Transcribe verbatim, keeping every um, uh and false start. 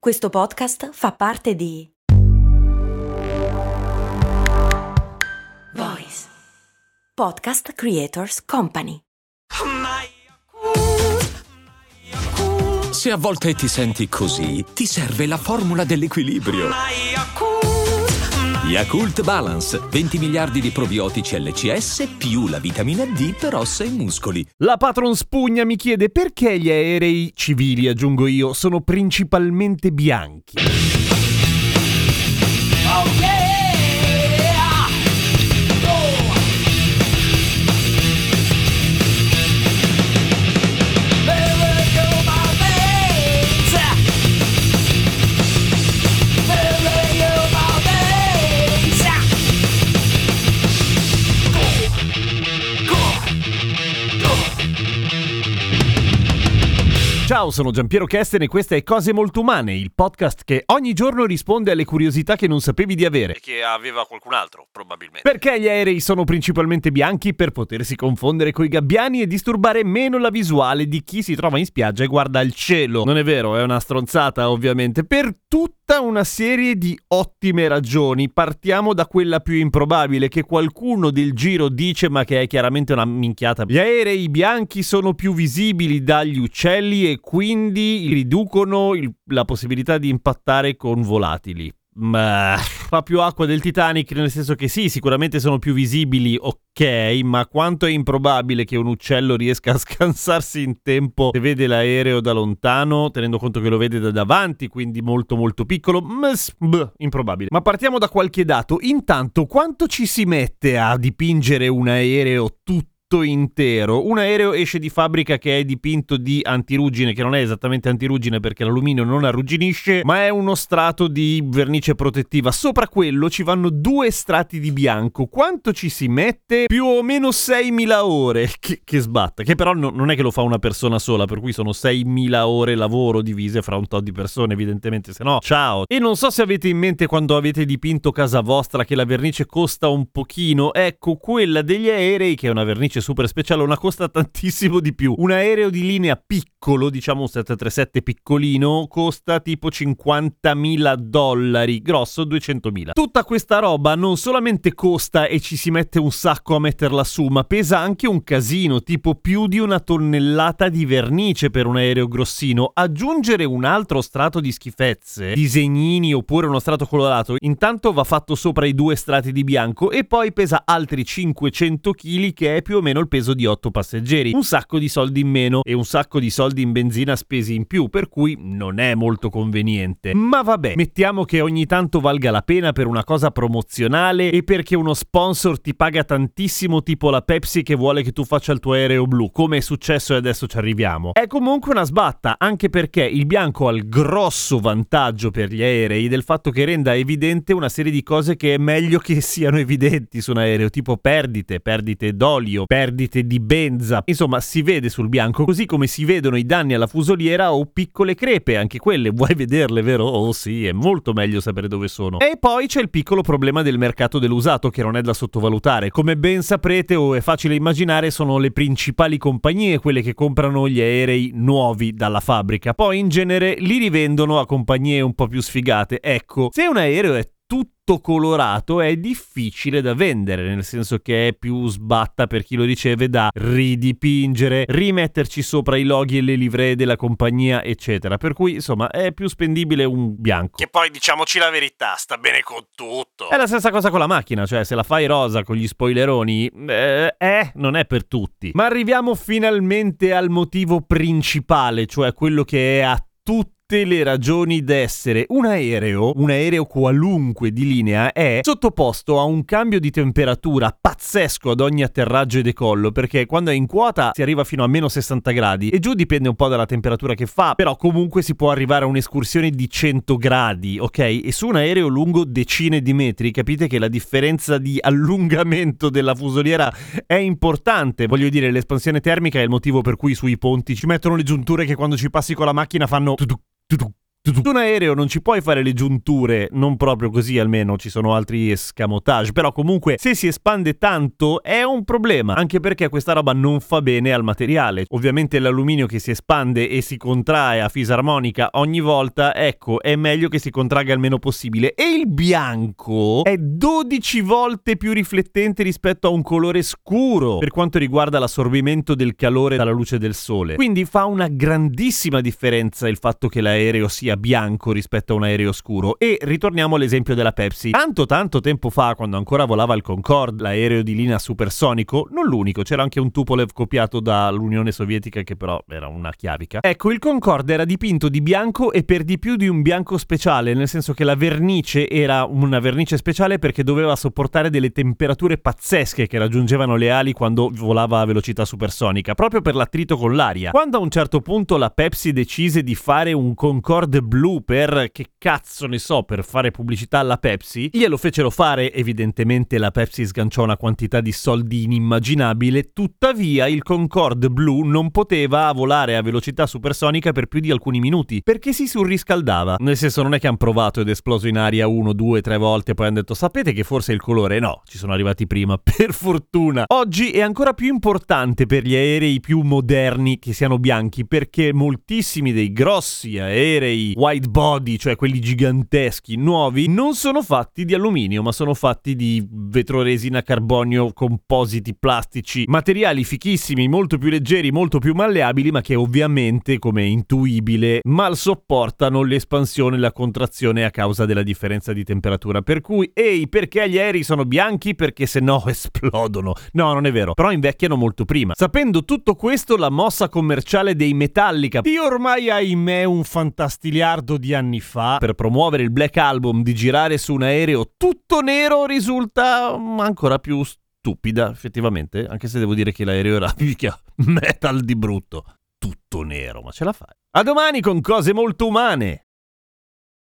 Questo podcast fa parte di Voice Podcast Creators Company. Se a volte ti senti così, ti serve la formula dell'equilibrio. Yakult Balance, venti miliardi di probiotici L C S più la vitamina D per ossa e muscoli. La patron Spugna mi chiede perché gli aerei civili, aggiungo io, sono principalmente bianchi. Oh yeah! Oh! There go my veins. There go my veins. Go! Go! Go! Ciao, sono Giampiero Kesten e questa è Cose Molto Umane, il podcast che ogni giorno risponde alle curiosità che non sapevi di avere. E che aveva qualcun altro, probabilmente. Perché gli aerei sono principalmente bianchi? Per potersi confondere coi gabbiani e disturbare meno la visuale di chi si trova in spiaggia e guarda il cielo. Non è vero, è una stronzata ovviamente. Per tutta una serie di ottime ragioni. Partiamo da quella più improbabile che qualcuno del giro dice ma che è chiaramente una minchiata. Gli aerei bianchi sono più visibili dagli uccelli e quindi riducono il, la possibilità di impattare con volatili. Ma fa più acqua del Titanic, nel senso che sì, sicuramente sono più visibili, ok, ma quanto è improbabile che un uccello riesca a scansarsi in tempo se vede l'aereo da lontano, tenendo conto che lo vede da davanti, quindi molto molto piccolo. Ms, beh, improbabile. Ma partiamo da qualche dato. Intanto, quanto ci si mette a dipingere un aereo tutto intero? Un aereo esce di fabbrica che è dipinto di antiruggine, che non è esattamente antiruggine perché l'alluminio non arrugginisce, ma è uno strato di vernice protettiva. Sopra quello ci vanno due strati di bianco. Quanto ci si mette? Più o meno seimila ore. Che, che sbatta. Che però no, non è che lo fa una persona sola, per cui sono seimila ore lavoro divise fra un tot di persone, evidentemente, se no ciao. E non so se avete in mente quando avete dipinto casa vostra che la vernice costa un pochino. Ecco, quella degli aerei, che è una vernice super speciale, una costa tantissimo di più. Un aereo di linea piccolo, diciamo un sette tre sette piccolino, costa tipo cinquantamila dollari, grosso duecentomila. Tutta questa roba non solamente costa e ci si mette un sacco a metterla su, ma pesa anche un casino, tipo più di una tonnellata di vernice per un aereo grossino. Aggiungere un altro strato di schifezze, disegnini oppure uno strato colorato, intanto va fatto sopra i due strati di bianco e poi pesa altri cinquecento chili, che è più o meno il peso di otto passeggeri. Un sacco di soldi in meno e un sacco di soldi in benzina spesi in più, per cui non è molto conveniente. Ma vabbè, mettiamo che ogni tanto valga la pena per una cosa promozionale e perché uno sponsor ti paga tantissimo, tipo la Pepsi che vuole che tu faccia il tuo aereo blu, come è successo e adesso ci arriviamo. È comunque una sbatta, anche perché il bianco ha il grosso vantaggio per gli aerei del fatto che renda evidente una serie di cose che è meglio che siano evidenti su un aereo, tipo perdite, perdite d'olio, perdite di benza, insomma si vede sul bianco, così come si vedono i danni alla fusoliera o piccole crepe, anche quelle vuoi vederle, vero? Oh sì, è molto meglio sapere dove sono. E poi c'è il piccolo problema del mercato dell'usato, che non è da sottovalutare. Come ben saprete o è facile immaginare, sono le principali compagnie quelle che comprano gli aerei nuovi dalla fabbrica, poi in genere li rivendono a compagnie un po' più sfigate. Ecco, se un aereo è tutto colorato è difficile da vendere, nel senso che è più sbatta per chi lo riceve da ridipingere, rimetterci sopra i loghi e le livree della compagnia, eccetera. Per cui, insomma, è più spendibile un bianco. Che poi, diciamoci la verità, sta bene con tutto. È la stessa cosa con la macchina, cioè se la fai rosa con gli spoileroni, eh, eh non è per tutti. Ma arriviamo finalmente al motivo principale, cioè quello che è a tutti le ragioni d'essere. Un aereo, un aereo qualunque di linea, è sottoposto a un cambio di temperatura pazzesco ad ogni atterraggio e decollo, perché quando è in quota si arriva fino a meno sessanta gradi e giù dipende un po' dalla temperatura che fa, però comunque si può arrivare a un'escursione di cento gradi, ok? E su un aereo lungo decine di metri capite che la differenza di allungamento della fusoliera è importante. Voglio dire, l'espansione termica è il motivo per cui sui ponti ci mettono le giunture che quando ci passi con la macchina fanno Su un aereo non ci puoi fare le giunture, non proprio così almeno, ci sono altri escamotage, però comunque se si espande tanto è un problema, anche perché questa roba non fa bene al materiale. Ovviamente l'alluminio che si espande e si contrae a fisarmonica ogni volta, ecco, è meglio che si contragga il meno possibile. E il bianco è dodici volte più riflettente rispetto a un colore scuro per quanto riguarda l'assorbimento del calore dalla luce del sole. Quindi fa una grandissima differenza il fatto che l'aereo sia bianco rispetto a un aereo scuro. E ritorniamo all'esempio della Pepsi. Tanto tanto tempo fa, quando ancora volava il Concorde, l'aereo di linea supersonico, non l'unico, c'era anche un Tupolev copiato dall'Unione Sovietica che però era una chiavica. Ecco, il Concorde era dipinto di bianco e per di più di un bianco speciale, nel senso che la vernice era una vernice speciale perché doveva sopportare delle temperature pazzesche che raggiungevano le ali quando volava a velocità supersonica, proprio per l'attrito con l'aria. Quando a un certo punto la Pepsi decise di fare un Concorde blu per, che cazzo ne so, per fare pubblicità alla Pepsi, glielo fecero fare, evidentemente la Pepsi sganciò una quantità di soldi inimmaginabile, tuttavia il Concorde blu non poteva volare a velocità supersonica per più di alcuni minuti, perché si surriscaldava. Nel senso, non è che hanno provato ed esploso in aria uno, due, tre volte e poi hanno detto sapete che forse è il colore? No, ci sono arrivati prima, per fortuna. Oggi è ancora più importante per gli aerei più moderni che siano bianchi, perché moltissimi dei grossi aerei wide body, cioè quelli giganteschi nuovi, non sono fatti di alluminio ma sono fatti di vetroresina, carbonio, compositi plastici, materiali fichissimi, molto più leggeri, molto più malleabili, ma che ovviamente, come è intuibile, mal sopportano l'espansione e la contrazione a causa della differenza di temperatura. Per cui, ehi, perché gli aerei sono bianchi? Perché se no esplodono. No, non è vero, però invecchiano molto prima. Sapendo tutto questo, la mossa commerciale dei Metallica, di ormai ahimè un fantastiliardo di anni fa, per promuovere il Black Album, di girare su un aereo tutto nero, risulta ancora più stupida, effettivamente, anche se devo dire che l'aereo era metal di brutto. Tutto nero, ma ce la fai? A domani con cose molto umane!